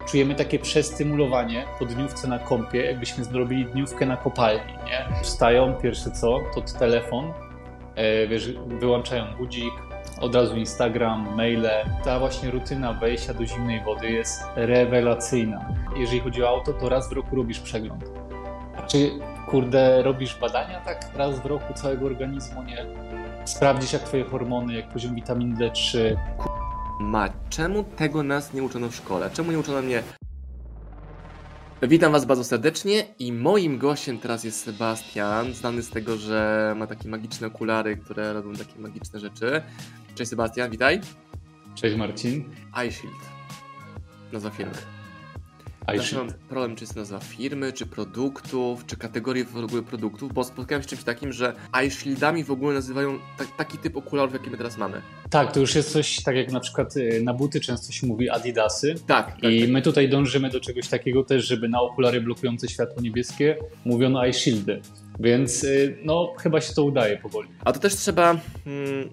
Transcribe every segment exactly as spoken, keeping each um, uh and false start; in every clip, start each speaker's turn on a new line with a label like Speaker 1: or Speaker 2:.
Speaker 1: Czujemy takie przestymulowanie po dniówce na kompie, jakbyśmy zrobili dniówkę na kopalni, nie? Wstają, pierwsze co, to telefon, e, wiesz, wyłączają budzik, od razu Instagram, maile. Ta właśnie rutyna wejścia do zimnej wody jest rewelacyjna. Jeżeli chodzi o auto, to raz w roku robisz przegląd. A czy, kurde, robisz badania tak raz w roku całego organizmu, nie? Sprawdzisz jak twoje hormony, jak poziom witaminy D trzy.
Speaker 2: Ma, czemu tego nas nie uczono w szkole? Czemu nie uczono mnie? Witam Was bardzo serdecznie i moim gościem teraz jest Sebastian, znany z tego, że ma takie magiczne okulary, które robią takie magiczne rzeczy. Cześć Sebastian, witaj.
Speaker 1: Cześć Marcin.
Speaker 2: iShield, nazwa firmy.
Speaker 1: iShield.
Speaker 2: Mam problem, czy jest nazwa firmy, czy produktów, czy kategorii w ogóle produktów, bo spotkałem się z czymś takim, że iShieldami w ogóle nazywają ta, taki typ okularów, jaki my teraz mamy.
Speaker 1: Tak, to już jest coś tak jak na przykład na buty często się mówi Adidasy.
Speaker 2: Tak, tak.
Speaker 1: I
Speaker 2: tak.
Speaker 1: my tutaj dążymy do czegoś takiego też, żeby na okulary blokujące światło niebieskie mówiono iShieldy. Więc no chyba się to udaje powoli.
Speaker 2: A to też trzeba hmm,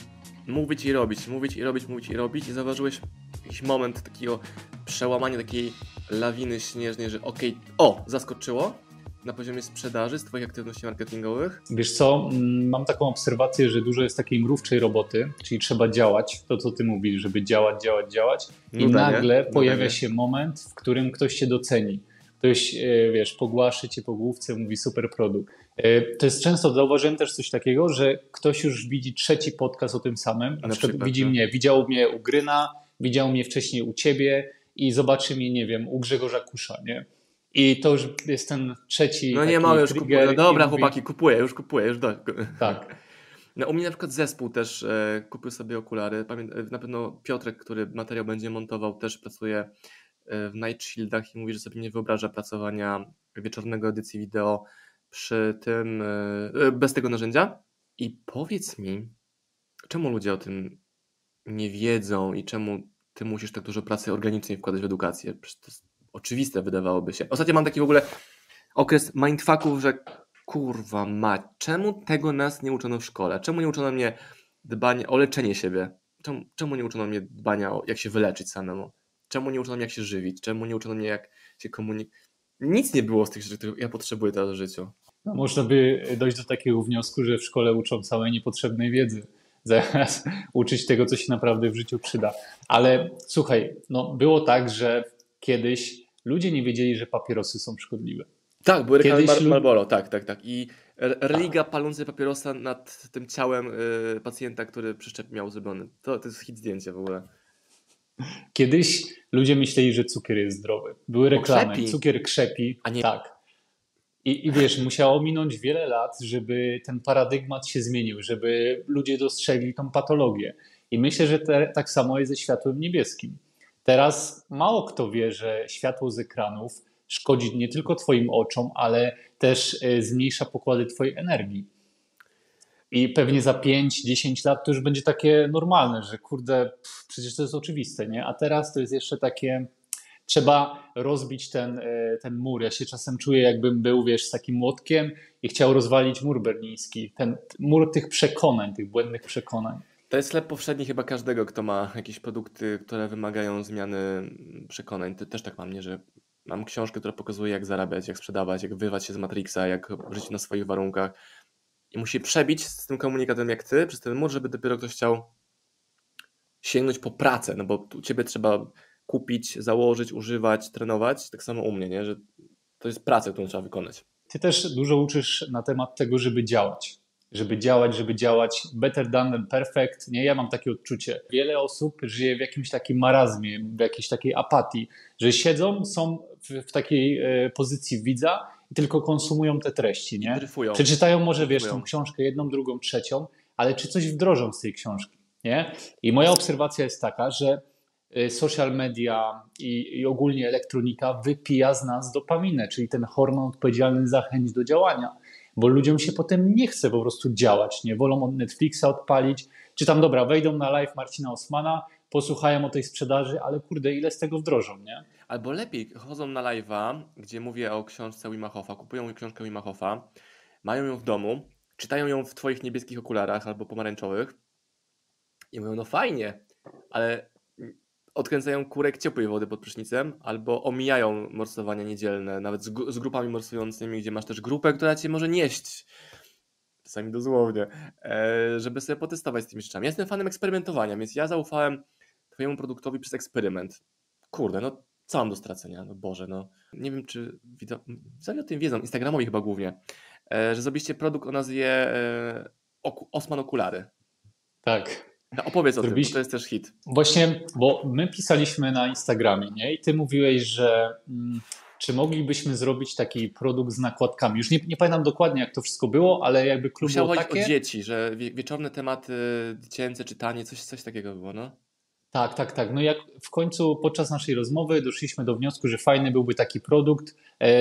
Speaker 2: mówić i robić, mówić i robić, mówić i robić. I zauważyłeś jakiś moment takiego przełamania takiej lawiny śnieżnej, że okej, okay, o, zaskoczyło na poziomie sprzedaży z Twoich aktywności marketingowych?
Speaker 1: Wiesz co, mam taką obserwację, że dużo jest takiej mrówczej roboty, czyli trzeba działać, to co ty mówisz, żeby działać, działać, działać i
Speaker 2: Nuda,
Speaker 1: nagle
Speaker 2: nie?
Speaker 1: pojawia
Speaker 2: Nuda,
Speaker 1: się moment, w którym ktoś cię doceni. Ktoś, wiesz, pogłaszy cię po główce, mówi super produkt. To jest często, zauważyłem też coś takiego, że ktoś już widzi trzeci podcast o tym samym, na, na przykład, przykład widzi no. mnie, widział mnie u Gryna, widział mnie wcześniej u ciebie i zobaczy mnie, nie wiem, u Grzegorza Kusza, nie? I to już jest ten trzeci
Speaker 2: No nie mamy, już kupuję. No dobra
Speaker 1: mówi...
Speaker 2: chłopaki, kupuję, już kupuję, już do...
Speaker 1: Tak.
Speaker 2: No u mnie na przykład zespół też e, kupił sobie okulary. Pamię... Na pewno Piotrek, który materiał będzie montował, też pracuje w Night Shieldach i mówi, że sobie nie wyobraża pracowania wieczornego edycji wideo przy tym, e, bez tego narzędzia. I powiedz mi, czemu ludzie o tym nie wiedzą i czemu ty musisz tak dużo pracy organicznej wkładać w edukację? Przecież to jest oczywiste, wydawałoby się. Ostatnio mam taki w ogóle okres mindfucków, że kurwa mać, czemu tego nas nie uczono w szkole? Czemu nie uczono mnie dbania o leczenie siebie? Czemu, czemu nie uczono mnie dbania o jak się wyleczyć samemu? Czemu nie uczono mnie jak się żywić? Czemu nie uczono mnie jak się komunikować? Nic nie było z tych rzeczy, których ja potrzebuję teraz w życiu.
Speaker 1: No, można by dojść do takiego wniosku, że w szkole uczą całej niepotrzebnej wiedzy. Zamiast uczyć tego, co się naprawdę w życiu przyda. Ale słuchaj, no było tak, że kiedyś ludzie nie wiedzieli, że papierosy są szkodliwe.
Speaker 2: Tak, były reklamy Mar-
Speaker 1: lud...
Speaker 2: Marlboro, tak, tak, tak. I religia palącej papierosa nad tym ciałem yy, pacjenta, który przeszczep miał zrobiony. To, to jest hit zdjęcia w ogóle.
Speaker 1: Kiedyś ludzie myśleli, że cukier jest zdrowy. Były reklamy,
Speaker 2: krzepi.
Speaker 1: Cukier krzepi.
Speaker 2: A nie...
Speaker 1: Tak. I, I wiesz, musiało minąć wiele lat, żeby ten paradygmat się zmienił, żeby ludzie dostrzegli tą patologię. I myślę, że te, tak samo jest ze światłem niebieskim. Teraz mało kto wie, że światło z ekranów szkodzi nie tylko twoim oczom, ale też zmniejsza pokłady twojej energii. I pewnie za pięć dziesięć lat to już będzie takie normalne, że kurde, pff, przecież to jest oczywiste, nie? A teraz to jest jeszcze takie... Trzeba rozbić ten, ten mur. Ja się czasem czuję, jakbym był, wiesz, z takim młotkiem i chciał rozwalić mur berliński. Ten mur tych przekonań, tych błędnych przekonań.
Speaker 2: To jest chleb powszedni chyba każdego, kto ma jakieś produkty, które wymagają zmiany przekonań. Ty też tak mam, nie? Że mam książkę, która pokazuje, jak zarabiać, jak sprzedawać, jak wyrwać się z Matrixa, jak żyć na swoich warunkach. I musi przebić z tym komunikatem jak ty, przez ten mur, żeby dopiero ktoś chciał sięgnąć po pracę, no bo u ciebie trzeba kupić, założyć, używać, trenować. Tak samo u mnie, nie? Że to jest praca, którą trzeba wykonać.
Speaker 1: Ty też dużo uczysz na temat tego, żeby działać. Żeby działać, żeby działać. Better done than perfect. Nie? Ja mam takie odczucie. Wiele osób żyje w jakimś takim marazmie, w jakiejś takiej apatii, że siedzą, są w, w takiej e, pozycji widza i tylko konsumują te treści. Nie?
Speaker 2: Dryfują.
Speaker 1: Przeczytają może, wiesz,
Speaker 2: Dryfują.
Speaker 1: tą książkę, jedną, drugą, trzecią, ale czy coś wdrożą z tej książki? Nie? I moja obserwacja jest taka, że social media i, i ogólnie elektronika wypija z nas dopaminę, czyli ten hormon odpowiedzialny za chęć do działania, bo ludziom się potem nie chce po prostu działać, nie wolą od Netflixa odpalić, czy tam dobra, wejdą na live Marcina Osmana, posłuchają o tej sprzedaży, ale kurde, ile z tego wdrożą, nie?
Speaker 2: Albo lepiej, chodzą na live'a, gdzie mówię o książce Wima Hofa, kupują książkę Wima Hofa, mają ją w domu, czytają ją w twoich niebieskich okularach albo pomarańczowych i mówią, no fajnie, ale odkręcają kurek ciepłej wody pod prysznicem, albo omijają morsowania niedzielne, nawet z, z grupami morsującymi, gdzie masz też grupę, która cię może nieść, czasami dosłownie, e, żeby sobie potestować z tymi rzeczami. Ja jestem fanem eksperymentowania, więc ja zaufałem twojemu produktowi przez eksperyment. Kurde, no co mam do stracenia? No Boże, no. Nie wiem, czy widać, o tym wiedzą, Instagramowi chyba głównie, e, że zrobiliście produkt o nazwie e, oku, Osman Okulary.
Speaker 1: Tak.
Speaker 2: No, opowiedz
Speaker 1: Zrobisz...
Speaker 2: o tym, bo to jest też hit.
Speaker 1: Właśnie, bo my pisaliśmy na Instagramie, nie? I ty mówiłeś, że mm, czy moglibyśmy zrobić taki produkt z nakładkami. Już nie, nie pamiętam dokładnie, jak to wszystko było, ale jakby klucz
Speaker 2: Musiało
Speaker 1: było
Speaker 2: chodzić
Speaker 1: takie...
Speaker 2: o dzieci, że wie, wieczorne tematy dziecięce, czytanie, coś, coś takiego było, no?
Speaker 1: Tak, tak, tak. No jak w końcu podczas naszej rozmowy doszliśmy do wniosku, że fajny byłby taki produkt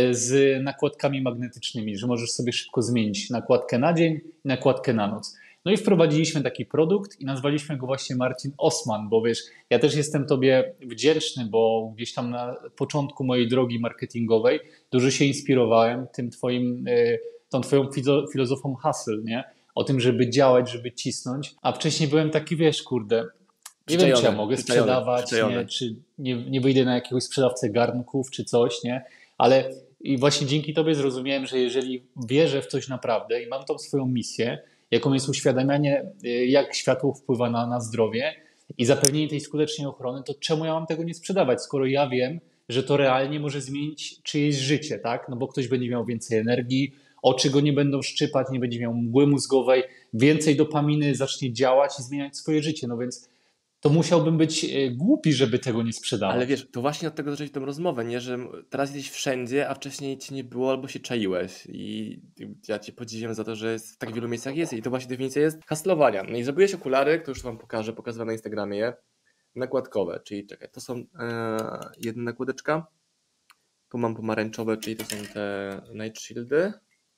Speaker 1: z nakładkami magnetycznymi, że możesz sobie szybko zmienić nakładkę na dzień i nakładkę na noc. No i wprowadziliśmy taki produkt i nazwaliśmy go właśnie Marcin Osman, bo wiesz, ja też jestem tobie wdzięczny, bo gdzieś tam na początku mojej drogi marketingowej dużo się inspirowałem tym twoim, tą twoją filozofą hustle, nie? O tym, żeby działać, żeby cisnąć, a wcześniej byłem taki, wiesz, kurde, nie wiem, czy ja mogę sprzedawać, nie, czy nie, nie wyjdę na jakiegoś sprzedawcę garnków, czy coś, nie? Ale i właśnie dzięki tobie zrozumiałem, że jeżeli wierzę w coś naprawdę i mam tą swoją misję, jaką jest uświadamianie, jak światło wpływa na, na zdrowie i zapewnienie tej skutecznej ochrony, to czemu ja mam tego nie sprzedawać, skoro ja wiem, że to realnie może zmienić czyjeś życie, tak? No bo ktoś będzie miał więcej energii, oczy go nie będą szczypać, nie będzie miał mgły mózgowej, więcej dopaminy, zacznie działać i zmieniać swoje życie, no więc to musiałbym być głupi, żeby tego nie sprzedawać.
Speaker 2: Ale wiesz, to właśnie od tego zacząć tę rozmowę, nie? Że teraz jesteś wszędzie, a wcześniej cię nie było albo się czaiłeś i ja cię podziwiam za to, że jest w tak wielu miejscach jest i to właśnie definicja jest hustlowania. No i zrobiłeś okulary, to już wam pokażę, pokazuję na Instagramie je, nakładkowe, czyli czekaj, to są e, jedna nakładeczka, tu mam pomarańczowe, czyli to są te Night Shieldy,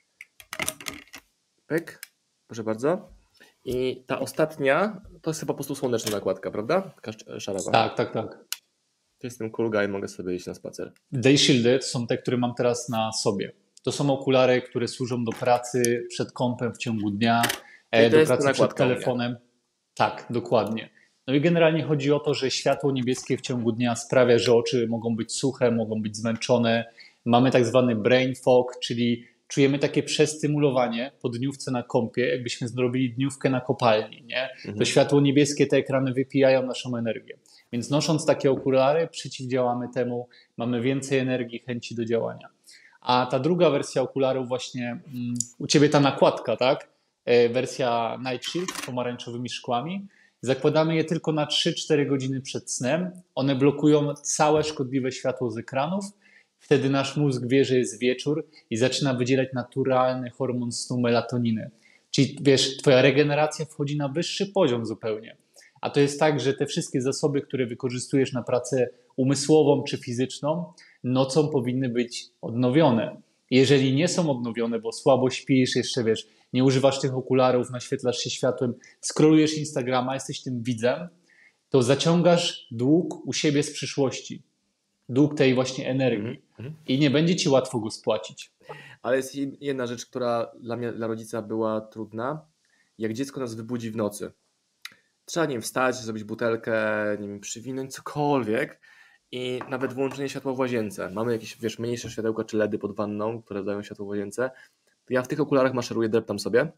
Speaker 2: pyk, proszę bardzo. I ta ostatnia to jest chyba po prostu słoneczna nakładka, prawda? Taka szarawa.
Speaker 1: Tak, tak, tak.
Speaker 2: To jestem cool guy, mogę sobie iść na spacer.
Speaker 1: Day Shieldy to są te, które mam teraz na sobie. To są okulary, które służą do pracy przed kąpem w ciągu dnia,
Speaker 2: to
Speaker 1: do pracy przed telefonem. Tak, dokładnie. No i generalnie chodzi o to, że światło niebieskie w ciągu dnia sprawia, że oczy mogą być suche, mogą być zmęczone. Mamy tak zwany brain fog, czyli czujemy takie przestymulowanie po dniówce na kąpie, jakbyśmy zrobili dniówkę na kopalni. Nie?
Speaker 2: Mhm.
Speaker 1: To światło niebieskie, te ekrany wypijają naszą energię. Więc nosząc takie okulary przeciwdziałamy temu, mamy więcej energii, chęci do działania. A ta druga wersja okularów właśnie, um, u Ciebie ta nakładka, tak? E, wersja Night Shield z pomarańczowymi szkłami. Zakładamy je tylko na trzy cztery godziny przed snem. One blokują całe szkodliwe światło z ekranów. Wtedy nasz mózg wie, że jest wieczór i zaczyna wydzielać naturalny hormon snu melatoninę. Czyli wiesz, twoja regeneracja wchodzi na wyższy poziom zupełnie. A to jest tak, że te wszystkie zasoby, które wykorzystujesz na pracę umysłową czy fizyczną, nocą powinny być odnowione. Jeżeli nie są odnowione, bo słabo śpisz, jeszcze wiesz, nie używasz tych okularów, naświetlasz się światłem, scrollujesz Instagrama, jesteś tym widzem, to zaciągasz dług u siebie z przyszłości. Dług tej właśnie energii. Mm-hmm. I nie będzie ci łatwo go spłacić.
Speaker 2: Ale jest jedna rzecz, która dla mnie, dla rodzica była trudna. Jak dziecko nas wybudzi w nocy, trzeba nie wiem, wstać, zrobić butelkę, nie wiem, przywinąć, cokolwiek i nawet włączenie światła w łazience. Mamy jakieś, wiesz, mniejsze światełka czy ledy pod wanną, które dają światło w łazience. To ja w tych okularach maszeruję, dreptam sobie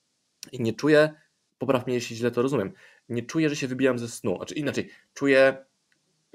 Speaker 2: i nie czuję, popraw mnie jeśli źle to rozumiem, nie czuję, że się wybijam ze snu. Znaczy inaczej, czuję... Yy,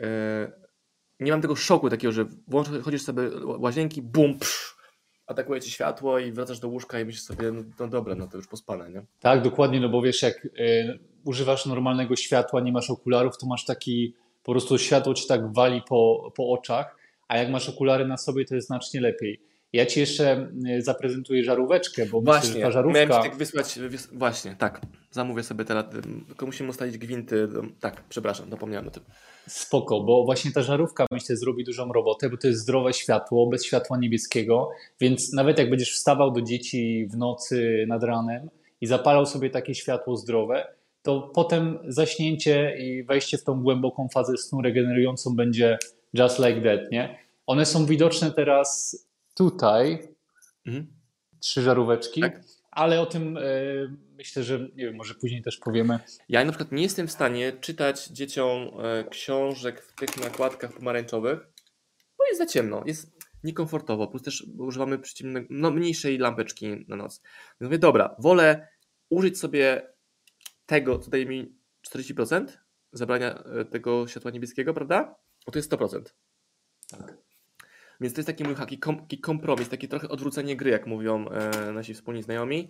Speaker 2: nie mam tego szoku takiego, że włącz, chodzisz sobie łazienki, bum, psz, atakuje ci światło i wracasz do łóżka i myślisz sobie, no, no dobra, no to już pospane, nie?
Speaker 1: Tak, dokładnie, no bo wiesz, jak y, używasz normalnego światła, nie masz okularów, to masz taki, po prostu światło ci tak wali po, po oczach, a jak masz okulary na sobie, to jest znacznie lepiej. Ja ci jeszcze zaprezentuję żaróweczkę, bo
Speaker 2: właśnie,
Speaker 1: myślę, że ta żarówka...
Speaker 2: miałem ci tak wysłać, wys... właśnie, tak, zamówię sobie teraz, tylko musimy ustalić gwinty, tak, przepraszam, zapomniałem o tym.
Speaker 1: Spoko, bo właśnie ta żarówka, myślę, zrobi dużą robotę, bo to jest zdrowe światło, bez światła niebieskiego, więc nawet jak będziesz wstawał do dzieci w nocy nad ranem i zapalał sobie takie światło zdrowe, to potem zaśnięcie i wejście w tą głęboką fazę snu regenerującą będzie just like that, nie? One są widoczne teraz tutaj, mhm. trzy żaróweczki, tak. ale o tym e, myślę, że nie wiem, może później też powiemy.
Speaker 2: Ja na przykład nie jestem w stanie czytać dzieciom e, książek w tych nakładkach pomarańczowych, bo jest za ciemno, jest niekomfortowo, plus też używamy przyciemne, no, mniejszej lampeczki na noc. Więc mówię, dobra, wolę użyć sobie tego, co daje mi czterdzieści procent zabrania e, tego światła niebieskiego, prawda? Bo to jest sto procent.
Speaker 1: Tak.
Speaker 2: Więc to jest taki mój taki kom, taki kompromis, takie trochę odwrócenie gry, jak mówią e, nasi wspólni znajomi,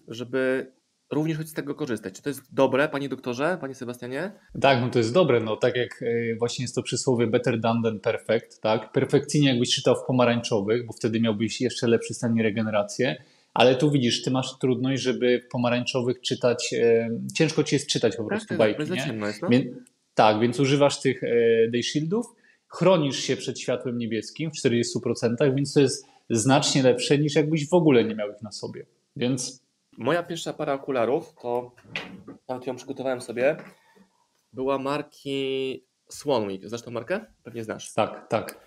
Speaker 2: żeby również choć z tego korzystać. Czy to jest dobre, panie doktorze, panie Sebastianie?
Speaker 1: Tak, no to jest dobre, no tak jak e, właśnie jest to przysłowie better done than perfect, tak? Perfekcyjnie jakbyś czytał w pomarańczowych, bo wtedy miałbyś jeszcze lepszy stan i regenerację, ale tu widzisz, ty masz trudność, żeby w pomarańczowych czytać, e, ciężko ci jest czytać po prostu
Speaker 2: tak,
Speaker 1: bajki,
Speaker 2: za
Speaker 1: nie?
Speaker 2: ciemno jest, no?
Speaker 1: Wie, tak, więc używasz tych e, day shieldów, chronisz się przed światłem niebieskim w czterdziestu procentach, więc to jest znacznie lepsze niż jakbyś w ogóle nie miał ich na sobie, więc...
Speaker 2: Moja pierwsza para okularów, to nawet ją przygotowałem sobie, była marki Swanwick. Znasz tą markę? Pewnie znasz.
Speaker 1: Tak, tak.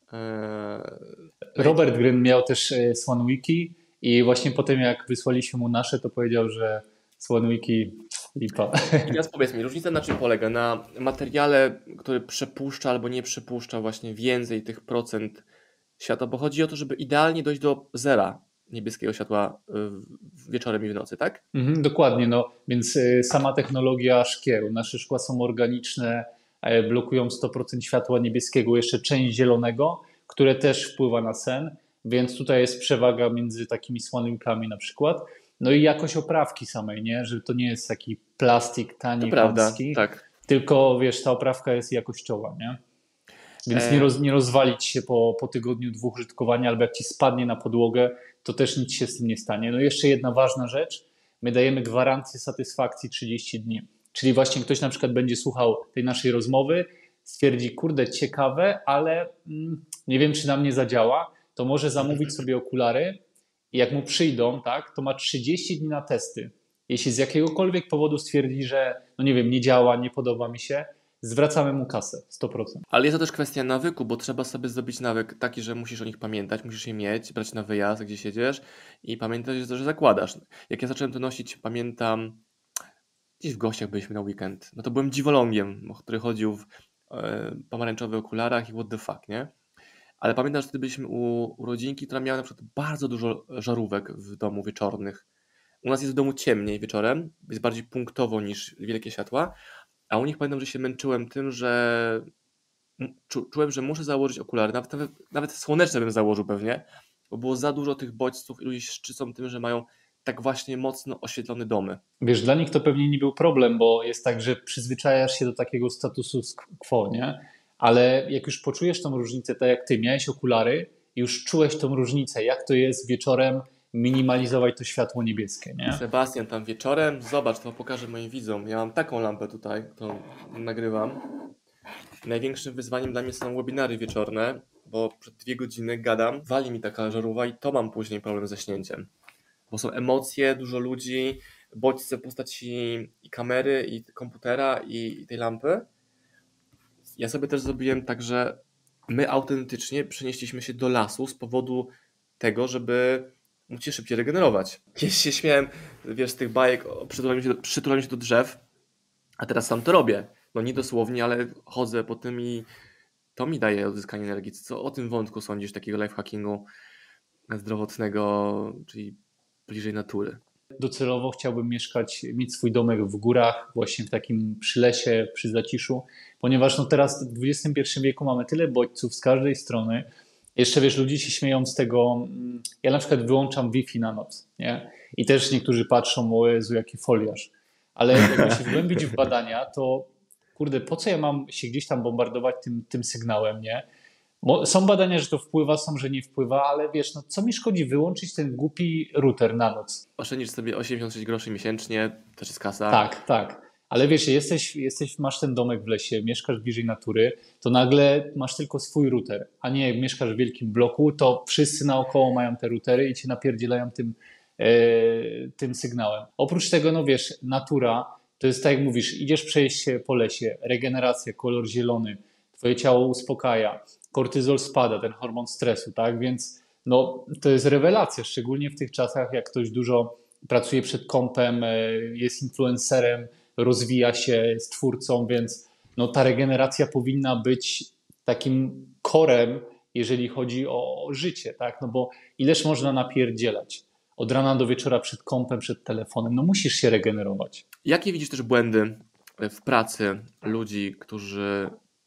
Speaker 2: Eee,
Speaker 1: Robert Gryn miał też e, Swanwicki i właśnie potem jak wysłaliśmy mu nasze, to powiedział, że Swanwicki lipa.
Speaker 2: I teraz powiedz mi, różnica na czym polega? Na materiale, który przepuszcza albo nie przepuszcza właśnie więcej tych procent światła, bo chodzi o to, żeby idealnie dojść do zera niebieskiego światła y, wieczorem i w nocy, tak?
Speaker 1: Mhm, dokładnie, no więc e, sama technologia szkieł, nasze szkła są organiczne, e, blokują sto procent światła niebieskiego, jeszcze część zielonego, które też wpływa na sen, więc tutaj jest przewaga między takimi Swanwickami na przykład. No i jakość oprawki samej, nie? Że to nie jest taki plastik
Speaker 2: To
Speaker 1: tani,
Speaker 2: prawda,
Speaker 1: chamski,
Speaker 2: tak.
Speaker 1: tylko wiesz, ta oprawka jest jakościowa, nie? Więc nie, roz, nie rozwalić się po, po tygodniu, dwóch użytkowania, albo jak ci spadnie na podłogę, to też nic się z tym nie stanie. No i jeszcze jedna ważna rzecz, my dajemy gwarancję satysfakcji trzydzieści dni. Czyli właśnie ktoś na przykład będzie słuchał tej naszej rozmowy, stwierdzi, kurde, ciekawe, ale mm, nie wiem, czy na mnie zadziała, to może zamówić sobie okulary i jak mu przyjdą, tak, to ma trzydzieści dni na testy. Jeśli z jakiegokolwiek powodu stwierdzi, że no nie wiem, nie działa, nie podoba mi się, zwracamy mu kasę sto procent.
Speaker 2: Ale jest to też kwestia nawyku, bo trzeba sobie zrobić nawyk taki, że musisz o nich pamiętać, musisz je mieć, brać na wyjazd, gdzie siedzisz i pamiętać, że że zakładasz. Jak ja zacząłem to nosić, pamiętam, gdzieś w gościach byliśmy na weekend, no to byłem dziwolągiem, który chodził w e, pomarańczowych okularach i what the fuck, nie? Ale pamiętam, że wtedy byliśmy u, u rodzinki, która miała na przykład bardzo dużo żarówek w domu wieczornych. U nas jest w domu ciemniej wieczorem, jest bardziej punktowo niż wielkie światła, a u nich pamiętam, że się męczyłem tym, że czu, czułem, że muszę założyć okulary, nawet, nawet, nawet słoneczne bym założył pewnie, bo było za dużo tych bodźców i ludzie szczycą tym, że mają tak właśnie mocno oświetlone domy.
Speaker 1: Wiesz, dla nich to pewnie nie był problem, bo jest tak, że przyzwyczajasz się do takiego statusu quo, nie? Ale jak już poczujesz tą różnicę, tak jak ty miałeś okulary, już czułeś tą różnicę, jak to jest wieczorem minimalizować to światło niebieskie, nie?
Speaker 2: Sebastian, tam wieczorem, zobacz, to pokażę moim widzom. Ja mam taką lampę tutaj, to nagrywam. Największym wyzwaniem dla mnie są webinary wieczorne, bo przed dwie godziny gadam, wali mi taka żarówa i to mam później problem ze śnięciem. Bo są emocje, dużo ludzi, bodźce w postaci i kamery, i komputera, i, i tej lampy. Ja sobie też zrobiłem tak, że my autentycznie przenieśliśmy się do lasu z powodu tego, żeby móc się szybciej regenerować. Kiedyś się śmiałem, wiesz, z tych bajek, przytulam się, do, przytulam się do drzew, a teraz sam to robię. No nie dosłownie, ale chodzę po tym i to mi daje odzyskanie energii. Co o tym wątku sądzisz, takiego lifehackingu zdrowotnego, czyli bliżej natury?
Speaker 1: Docelowo chciałbym mieszkać, mieć swój domek w górach, właśnie w takim przylesie, przy zaciszu, ponieważ no teraz w dwudziestym pierwszym wieku mamy tyle bodźców z każdej strony. Jeszcze wiesz, ludzie się śmieją z tego, ja na przykład wyłączam Wi-Fi na noc, nie? I też niektórzy patrzą, o Jezu, jaki foliarz. Ale jakby się wgłębić w badania, to kurde, po co ja mam się gdzieś tam bombardować tym, tym sygnałem, nie? Są badania, że to wpływa, są, że nie wpływa, ale wiesz, no co mi szkodzi wyłączyć ten głupi router na noc?
Speaker 2: Oszczędzisz sobie osiemdziesiąt sześć groszy miesięcznie, też jest kasa.
Speaker 1: Tak, tak. Ale wiesz, jesteś, jesteś, masz ten domek w lesie, mieszkasz bliżej natury, to nagle masz tylko swój router, a nie jak mieszkasz w wielkim bloku, to wszyscy naokoło mają te routery i cię napierdzielają tym, e, tym sygnałem. Oprócz tego, no wiesz, natura, to jest tak jak mówisz, idziesz przejść się po lesie, regeneracja, kolor zielony, twoje ciało uspokaja, kortyzol spada, ten hormon stresu, tak? Więc no, to jest rewelacja, szczególnie w tych czasach, jak ktoś dużo pracuje przed kompem, jest influencerem, rozwija się, jest twórcą, więc no, ta regeneracja powinna być takim korem, jeżeli chodzi o życie, tak? No bo ileż można napierdzielać od rana do wieczora przed kompem, przed telefonem, no musisz się regenerować.
Speaker 2: Jakie widzisz też błędy w pracy ludzi, którzy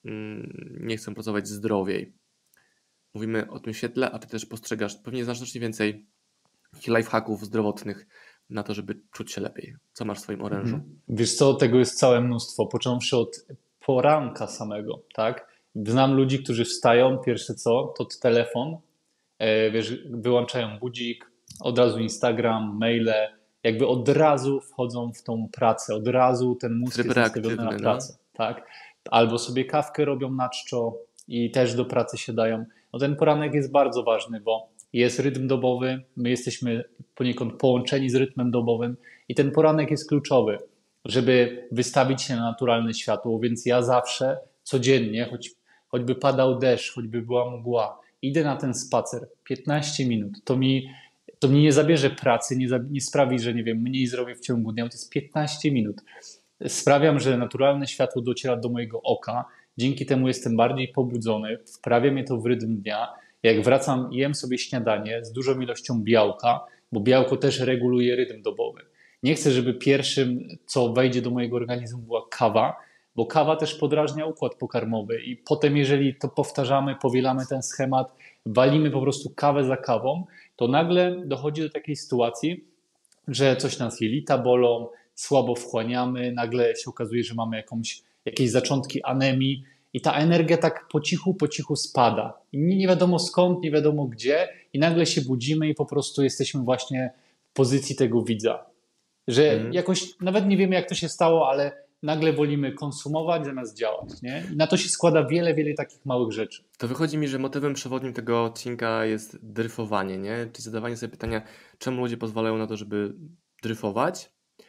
Speaker 2: nie chcą pracować zdrowiej? Mówimy o tym świetle, a ty też postrzegasz, pewnie znasz znacznie więcej lifehacków zdrowotnych na to, żeby czuć się lepiej. Co masz w swoim orężu?
Speaker 1: Wiesz co, tego jest całe mnóstwo, począwszy od poranka samego, tak? Znam ludzi, którzy wstają, pierwsze co, to telefon, e, wiesz, wyłączają budzik, od razu Instagram, maile, jakby od razu wchodzą w tą pracę, od razu ten mózg
Speaker 2: Tryb
Speaker 1: jest nastawiony na
Speaker 2: reaktywny,
Speaker 1: pracę, tak? Albo sobie kawkę robią na czczo i też do pracy się dają. No ten poranek jest bardzo ważny, bo jest rytm dobowy, my jesteśmy poniekąd połączeni z rytmem dobowym i ten poranek jest kluczowy, żeby wystawić się na naturalne światło, więc ja zawsze, codziennie, choć, choćby padał deszcz, choćby była mgła, idę na ten spacer, piętnaście minut, to mi, to mi nie zabierze pracy, nie, za, nie sprawi, że nie wiem, mniej zrobię w ciągu dnia, to jest piętnaście minut. Sprawiam, że naturalne światło dociera do mojego oka, dzięki temu jestem bardziej pobudzony, wprawia mnie to w rytm dnia. Jak wracam, jem sobie śniadanie z dużą ilością białka, bo białko też reguluje rytm dobowy. Nie chcę, żeby pierwszym, co wejdzie do mojego organizmu, była kawa, bo kawa też podrażnia układ pokarmowy i potem, jeżeli to powtarzamy, powielamy ten schemat, walimy po prostu kawę za kawą, to nagle dochodzi do takiej sytuacji, że coś nas jelita bolą, słabo wchłaniamy, nagle się okazuje, że mamy jakąś, jakieś zaczątki anemii i ta energia tak po cichu, po cichu spada. I nie wiadomo skąd, nie wiadomo gdzie i nagle się budzimy i po prostu jesteśmy właśnie w pozycji tego widza. Że
Speaker 2: Mhm.
Speaker 1: jakoś nawet nie wiemy, jak to się stało, ale nagle wolimy konsumować zamiast działać. Nie? I na to się składa wiele, wiele takich małych rzeczy.
Speaker 2: To wychodzi mi, że motywem przewodnim tego odcinka jest dryfowanie, nie? Czyli zadawanie sobie pytania, czemu ludzie pozwalają na to, żeby dryfować,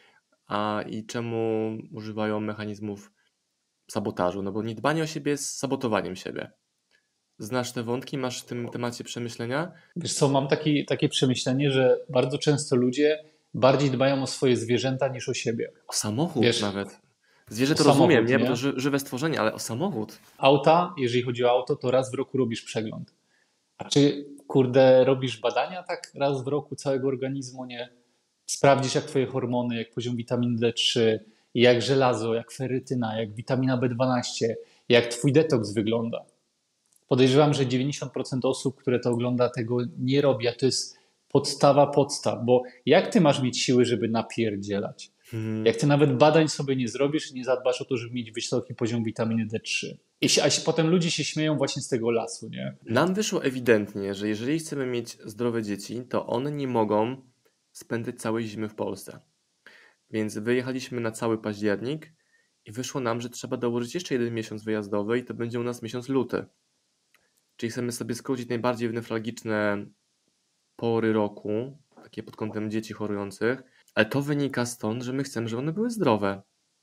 Speaker 2: a i czemu używają mechanizmów sabotażu, no bo niedbanie o siebie jest sabotowaniem siebie. Znasz te wątki, masz w tym temacie przemyślenia?
Speaker 1: Wiesz co, mam taki, takie przemyślenie, że bardzo często ludzie bardziej dbają o swoje zwierzęta niż o siebie.
Speaker 2: O samochód
Speaker 1: Wiesz,
Speaker 2: nawet. Zwierzę
Speaker 1: o
Speaker 2: to rozumiem,
Speaker 1: samochód,
Speaker 2: nie? Bo
Speaker 1: nie?
Speaker 2: to ży- żywe stworzenie, ale o samochód.
Speaker 1: Auta, jeżeli chodzi o auto, to raz w roku robisz przegląd. A czy, kurde, robisz badania tak raz w roku całego organizmu, nie? Sprawdzisz, jak twoje hormony, jak poziom witaminy D trzy, jak żelazo, jak ferytyna, jak witamina B dwanaście, jak twój detoks wygląda. Podejrzewam, że dziewięćdziesiąt procent osób, które to ogląda, tego nie robi, a to jest podstawa podstaw, bo jak ty masz mieć siły, żeby napierdzielać?
Speaker 2: Hmm.
Speaker 1: Jak ty nawet badań sobie nie zrobisz i nie zadbasz o to, żeby mieć wysoki poziom witaminy D trzy. I się, a się, potem ludzie się śmieją właśnie z tego lasu, nie?
Speaker 2: Nam wyszło ewidentnie, że jeżeli chcemy mieć zdrowe dzieci, to one nie mogą spędzać całej zimy w Polsce. Więc wyjechaliśmy na cały październik i wyszło nam, że trzeba dołożyć jeszcze jeden miesiąc wyjazdowy i to będzie u nas miesiąc luty. Czyli chcemy sobie skrócić najbardziej newralgiczne pory roku, takie pod kątem dzieci chorujących, ale to wynika stąd, że my chcemy, żeby one były zdrowe.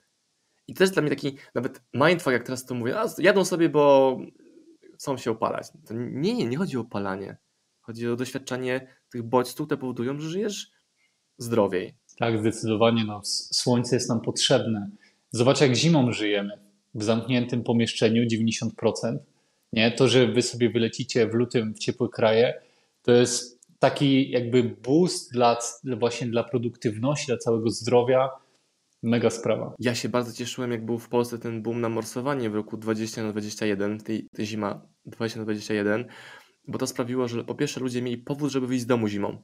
Speaker 2: I to jest dla mnie taki nawet mindfuck, jak teraz to mówię, a jadą sobie, bo chcą się opalać. To nie, nie, nie chodzi o opalanie. Chodzi o doświadczanie tych bodźców, które powodują, że żyjesz zdrowiej.
Speaker 1: Tak, zdecydowanie. No, słońce jest nam potrzebne. Zobacz, jak zimą żyjemy. W zamkniętym pomieszczeniu dziewięćdziesiąt procent. Nie? To, że wy sobie wylecicie w lutym w ciepłe kraje, to jest taki jakby boost dla, właśnie dla produktywności, dla całego zdrowia. Mega sprawa.
Speaker 2: Ja się bardzo cieszyłem, jak był w Polsce ten boom na morsowanie w roku dwudziestym na dwudziesty pierwszy, tej, tej zima dwudziesty na dwudziesty pierwszy, bo to sprawiło, że po pierwsze ludzie mieli powód, żeby wyjść z domu zimą.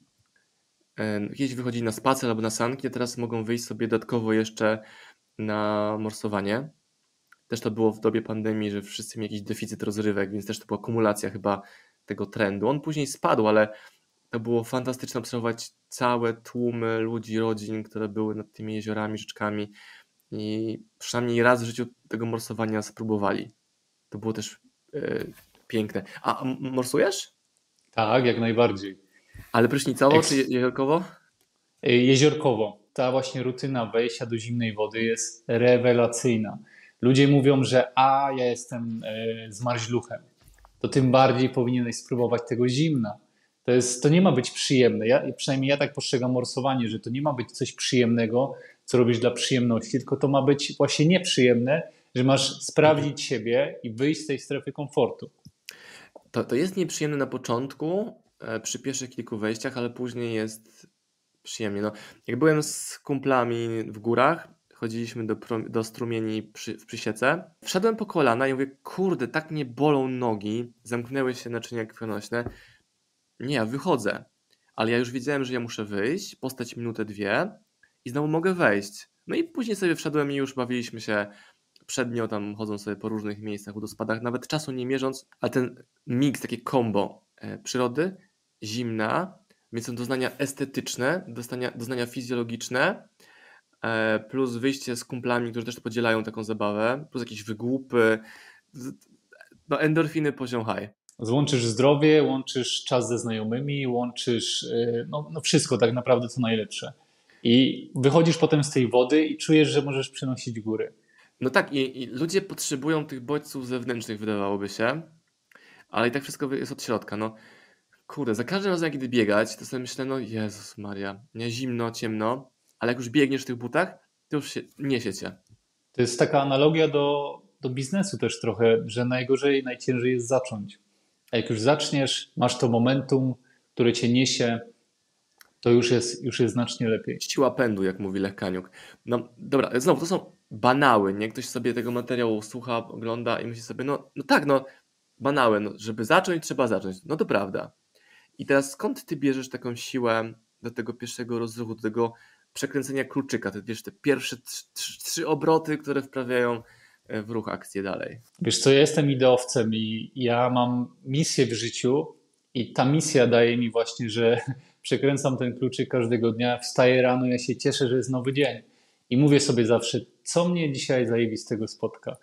Speaker 2: Kiedyś wychodzili na spacer albo na sanki, a teraz mogą wyjść sobie dodatkowo jeszcze na morsowanie. Też to było w dobie pandemii, że wszyscy mieli jakiś deficyt rozrywek, więc też to była kumulacja chyba tego trendu. On później spadł, ale to było fantastyczne obserwować całe tłumy ludzi, rodzin, które były nad tymi jeziorami, rzeczkami i przynajmniej raz w życiu tego morsowania spróbowali. To było też yy, piękne. A m- morsujesz?
Speaker 1: Tak, jak najbardziej.
Speaker 2: Ale prysznicowo
Speaker 1: Eks-
Speaker 2: czy je- jeziorkowo?
Speaker 1: Jeziorkowo. Ta właśnie rutyna wejścia do zimnej wody jest rewelacyjna. Ludzie mówią, że a, ja jestem e, zmarzluchem. To tym bardziej powinieneś spróbować tego zimna. To jest, to nie ma być przyjemne. Ja, przynajmniej ja tak postrzegam morsowanie, że to nie ma być coś przyjemnego, co robisz dla przyjemności, tylko to ma być właśnie nieprzyjemne, że masz sprawdzić siebie i wyjść z tej strefy komfortu.
Speaker 2: To, to jest nieprzyjemne na początku, e, przy pierwszych kilku wejściach, ale później jest przyjemnie. No, jak byłem z kumplami w górach, chodziliśmy do, pro- do strumieni przy, w Przysiece, wszedłem po kolana i mówię, kurde, tak mnie bolą nogi, zamknęły się naczynia krwionośne. Nie, ja wychodzę, ale ja już wiedziałem, że ja muszę wyjść, postać minutę, dwie i znowu mogę wejść. No i później sobie wszedłem i już bawiliśmy się przednio, tam chodzą sobie po różnych miejscach, wodospadach, nawet czasu nie mierząc, ale ten miks, takie combo e, przyrody, zimna, więc są doznania estetyczne, doznania, doznania fizjologiczne, e, plus wyjście z kumplami, którzy też podzielają taką zabawę, plus jakieś wygłupy, z- no endorfiny poziom high.
Speaker 1: Złączysz zdrowie, łączysz czas ze znajomymi, łączysz y, no, no wszystko tak naprawdę co najlepsze. I wychodzisz potem z tej wody i czujesz, że możesz przynosić góry.
Speaker 2: No tak, i, i ludzie potrzebują tych bodźców zewnętrznych, wydawałoby się, ale i tak wszystko jest od środka. No kurde, za każdym razem, kiedy biegać, to sobie myślę, no Jezus Maria, nie zimno, ciemno, ale jak już biegniesz w tych butach, to już się niesie cię.
Speaker 1: To jest taka analogia do, do biznesu też trochę, że najgorzej, najciężej jest zacząć. A jak już zaczniesz, masz to momentum, które cię niesie, to już jest, już jest znacznie lepiej.
Speaker 2: Siła pędu, jak mówi Lech Kaniuk. No dobra, znowu, to są banały, nie? Ktoś sobie tego materiału słucha, ogląda i myśli sobie, no, no tak, no banały, no, żeby zacząć, trzeba zacząć. No to prawda. I teraz skąd ty bierzesz taką siłę do tego pierwszego rozruchu, do tego przekręcenia kluczyka, te, wiesz, te pierwsze trzy, trzy, trzy obroty, które wprawiają e, w ruch akcję dalej?
Speaker 1: Wiesz co, ja jestem ideowcem i ja mam misję w życiu i ta misja daje mi właśnie, że przekręcam ten kluczyk każdego dnia, wstaję rano, ja się cieszę, że jest nowy dzień. I mówię sobie zawsze, co mnie dzisiaj zajebistego spotka.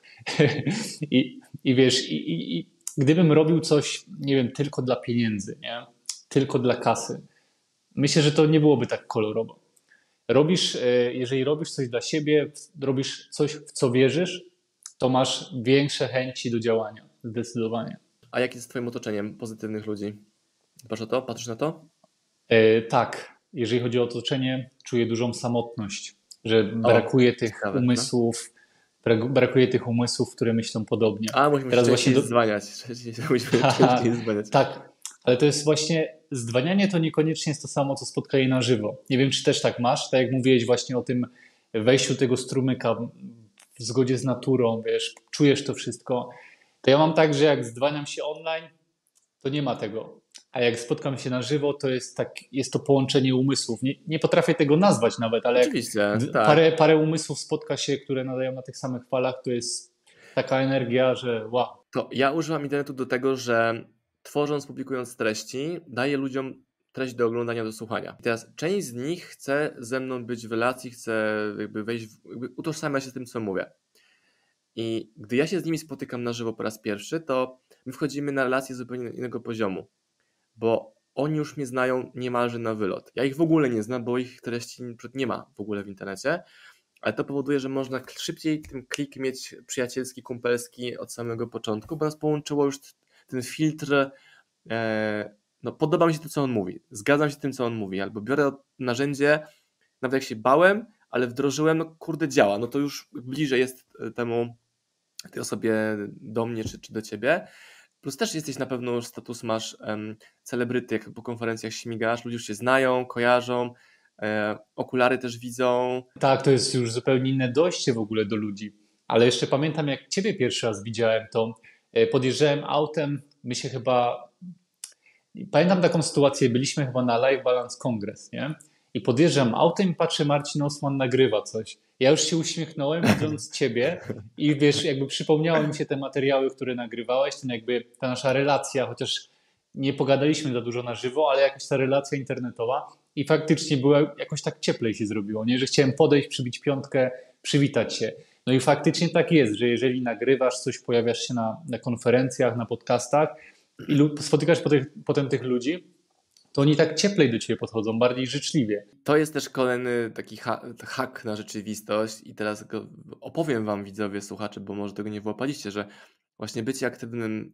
Speaker 1: I, i wiesz, i, i, i gdybym robił coś, nie wiem, tylko dla pieniędzy, nie? Tylko dla kasy, myślę, że to nie byłoby tak kolorowo. Robisz, e, jeżeli robisz coś dla siebie, robisz coś, w co wierzysz, to masz większe chęci do działania, zdecydowanie.
Speaker 2: A jak jest z twoim otoczeniem pozytywnych ludzi? Dbasz o to? Patrzysz na to?
Speaker 1: E, tak, jeżeli chodzi o otoczenie, czuję dużą samotność, że
Speaker 2: O,
Speaker 1: brakuje tych
Speaker 2: ciekawe, no.
Speaker 1: umysłów, brak- brakuje tych umysłów, które myślą podobnie.
Speaker 2: A, musimy
Speaker 1: Teraz
Speaker 2: częściej
Speaker 1: właśnie do...
Speaker 2: dzwaniać. Częściej- Musimy częściej dzwaniać.
Speaker 1: Tak, ale to jest właśnie, zdwanianie to niekoniecznie jest to samo, co spotkanie na żywo. Nie wiem, czy też tak masz, tak jak mówiłeś właśnie o tym wejściu tego strumyka w zgodzie z naturą, wiesz, czujesz to wszystko. To ja mam tak, że jak zdwaniam się online, to nie ma tego. A jak spotkam się na żywo, to jest, tak, jest to połączenie umysłów. Nie, nie potrafię tego nazwać nawet, ale jak
Speaker 2: Oczywiście,
Speaker 1: d-
Speaker 2: tak.
Speaker 1: parę, parę umysłów spotka się, które nadają na tych samych falach, to jest taka energia, że wow.
Speaker 2: To ja używam internetu do tego, że tworząc, publikując treści, daję ludziom treść do oglądania, do słuchania. I teraz część z nich chce ze mną być w relacji, chce jakby wejść, w, jakby utożsamia się z tym, co mówię. I gdy ja się z nimi spotykam na żywo po raz pierwszy, to my wchodzimy na relację zupełnie innego poziomu, bo oni już mnie znają niemalże na wylot. Ja ich w ogóle nie znam, bo ich treści nie ma w ogóle w internecie, ale to powoduje, że można szybciej ten klik mieć przyjacielski, kumpelski od samego początku, bo nas połączyło już ten filtr, e, no podoba mi się to, co on mówi, zgadzam się z tym, co on mówi, albo biorę narzędzie, nawet jak się bałem, ale wdrożyłem, no kurde działa, no to już bliżej jest temu, tej osobie do mnie, czy, czy do ciebie. Plus też jesteś na pewno, już status masz um, celebryty, jak po konferencjach śmigasz, ludzie już się znają, kojarzą, e, okulary też widzą.
Speaker 1: Tak, to jest już zupełnie inne dojście w ogóle do ludzi. Ale jeszcze pamiętam, jak ciebie pierwszy raz widziałem, to e, podjeżdżałem autem, my się chyba... Pamiętam taką sytuację, byliśmy chyba na Life Balance Congress, nie? I podjeżdżam autem i patrzę, Marcin Osman nagrywa coś. Ja już się uśmiechnąłem, widząc ciebie i wiesz, jakby przypomniały mi się te materiały, które nagrywałeś, ten jakby ta nasza relacja, chociaż nie pogadaliśmy za dużo na żywo, ale jakaś ta relacja internetowa i faktycznie była, jakoś tak cieplej się zrobiło, nie? Że chciałem podejść, przybić piątkę, przywitać się. No i faktycznie tak jest, że jeżeli nagrywasz coś, pojawiasz się na, na konferencjach, na podcastach i lu- spotykasz potem, potem tych ludzi, to oni tak cieplej do ciebie podchodzą, bardziej życzliwie.
Speaker 2: To jest też kolejny taki ha- hak na rzeczywistość i teraz go opowiem wam, widzowie, słuchacze, bo może tego nie wyłapaliście, że właśnie bycie aktywnym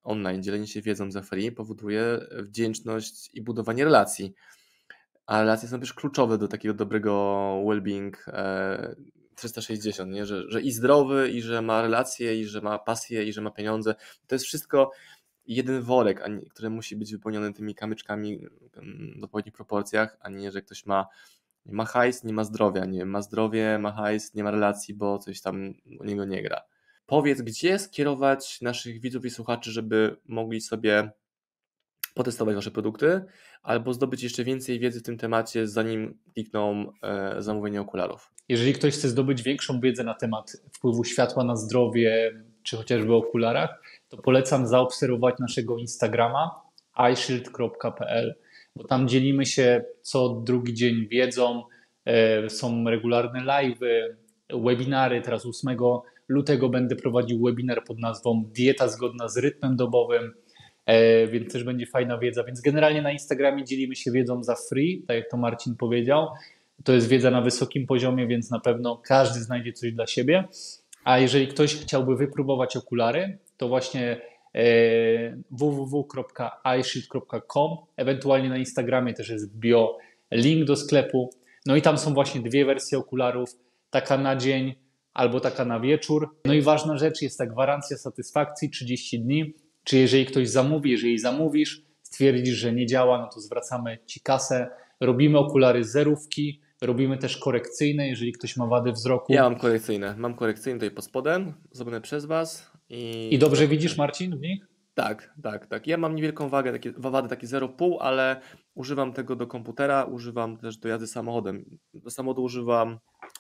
Speaker 2: online, dzielenie się wiedzą za free powoduje wdzięczność i budowanie relacji. A relacje są też kluczowe do takiego dobrego well-being trzysta sześćdziesiąt, nie? Że, że i zdrowy, i że ma relacje, i że ma pasję, i że ma pieniądze. To jest wszystko jeden worek, który musi być wypełniony tymi kamyczkami w odpowiednich proporcjach, a nie, że ktoś ma, nie ma hajs, nie ma zdrowia, nie ma zdrowie, ma hajs, nie ma relacji, bo coś tam u niego nie gra. Powiedz, gdzie skierować naszych widzów i słuchaczy, żeby mogli sobie potestować wasze produkty, albo zdobyć jeszcze więcej wiedzy w tym temacie, zanim klikną e, zamówienie okularów.
Speaker 1: Jeżeli ktoś chce zdobyć większą wiedzę na temat wpływu światła na zdrowie, czy chociażby o okularach, to polecam zaobserwować naszego Instagrama eye shield kropka p l, bo tam dzielimy się co drugi dzień wiedzą, e, są regularne live'y, webinary. Teraz ósmego lutego będę prowadził webinar pod nazwą Dieta zgodna z rytmem dobowym, e, więc też będzie fajna wiedza. Więc generalnie na Instagramie dzielimy się wiedzą za free, tak jak to Marcin powiedział. To jest wiedza na wysokim poziomie, więc na pewno każdy znajdzie coś dla siebie. A jeżeli ktoś chciałby wypróbować okulary, to właśnie w w w kropka eye shield kropka com, ewentualnie na Instagramie też jest w bio link do sklepu. No i tam są właśnie dwie wersje okularów, taka na dzień albo taka na wieczór. No i ważna rzecz jest ta gwarancja satysfakcji trzydzieści dni, czy jeżeli ktoś zamówi, jeżeli zamówisz, stwierdzisz, że nie działa, no to zwracamy Ci kasę. Robimy okulary zerówki, robimy też korekcyjne, jeżeli ktoś ma wady wzroku.
Speaker 2: Ja mam korekcyjne, mam korekcyjne tutaj pod spodem, zrobione przez Was. I,
Speaker 1: I dobrze widzisz, Marcin, w nich?
Speaker 2: Tak, tak, tak. Ja mam niewielką wagę, takie, wadę takie zero przecinek pięć, ale używam tego do komputera, używam też do jazdy samochodem. Do samochodu używam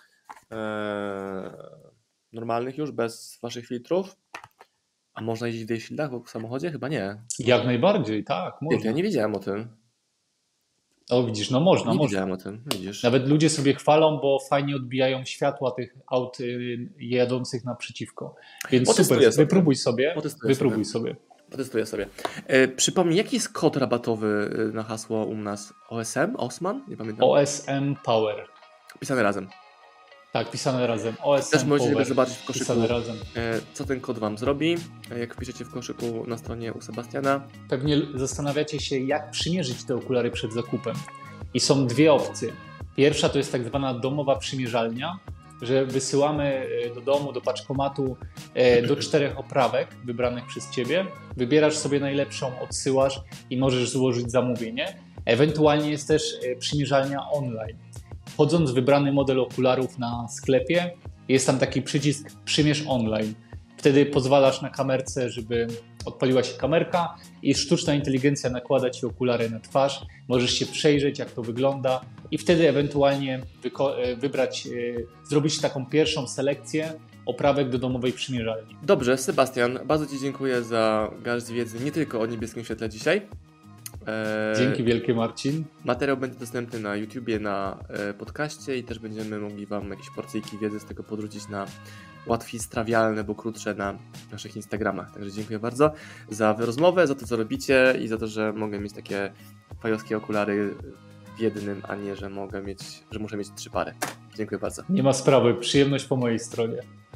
Speaker 2: e, normalnych już, bez Waszych filtrów. A można jeździć w day shieldach w samochodzie? Chyba nie.
Speaker 1: Jak najbardziej, tak, można.
Speaker 2: Ja nie wiedziałem o tym.
Speaker 1: O, widzisz, no można,
Speaker 2: Nie
Speaker 1: można.
Speaker 2: wiedziałem o tym, widzisz.
Speaker 1: Nawet ludzie sobie chwalą, bo fajnie odbijają światła tych aut y, jadących naprzeciwko. Więc
Speaker 2: Potestuję
Speaker 1: super,
Speaker 2: sobie.
Speaker 1: wypróbuj sobie.
Speaker 2: Potestuję
Speaker 1: wypróbuj
Speaker 2: sobie.
Speaker 1: sobie.
Speaker 2: Potestuję sobie. E, przypomnij, jaki jest kod rabatowy na hasło u nas? O S M? Osman? Nie pamiętam.
Speaker 1: O S M Power.
Speaker 2: Pisane razem.
Speaker 1: Tak, pisane razem. O S M
Speaker 2: Też możecie
Speaker 1: Power.
Speaker 2: sobie zobaczyć w koszyku,
Speaker 1: pisane razem.
Speaker 2: e, co ten kod Wam zrobi, e, jak wpiszecie w koszyku na stronie u Sebastiana.
Speaker 1: Pewnie zastanawiacie się, jak przymierzyć te okulary przed zakupem. I są dwie opcje. Pierwsza to jest tak zwana domowa przymierzalnia, że wysyłamy do domu, do paczkomatu do czterech oprawek wybranych przez Ciebie. Wybierasz sobie najlepszą, odsyłasz i możesz złożyć zamówienie. Ewentualnie jest też przymierzalnia online. Wchodząc w wybrany model okularów na sklepie, jest tam taki przycisk przymierz online. Wtedy pozwalasz na kamerce, żeby odpaliła się kamerka i sztuczna inteligencja nakłada Ci okulary na twarz. Możesz się przejrzeć, jak to wygląda i wtedy ewentualnie wyko- wybrać, yy, zrobić taką pierwszą selekcję oprawek do domowej przymierzalni.
Speaker 2: Dobrze, Sebastian, bardzo Ci dziękuję za garść wiedzy nie tylko o niebieskim świetle dzisiaj.
Speaker 1: Eee... Dzięki wielkie, Marcin.
Speaker 2: Materiał będzie dostępny na YouTubie, na e, podcaście i też będziemy mogli Wam jakieś porcyjki wiedzy z tego podrzucić na łatwiej strawialne, bo krótsze na naszych Instagramach. Także dziękuję bardzo za rozmowę, za to, co robicie i za to, że mogę mieć takie fajowskie okulary w jednym, a nie, że mogę mieć, że muszę mieć trzy pary. Dziękuję bardzo.
Speaker 1: Nie ma sprawy, przyjemność po mojej stronie.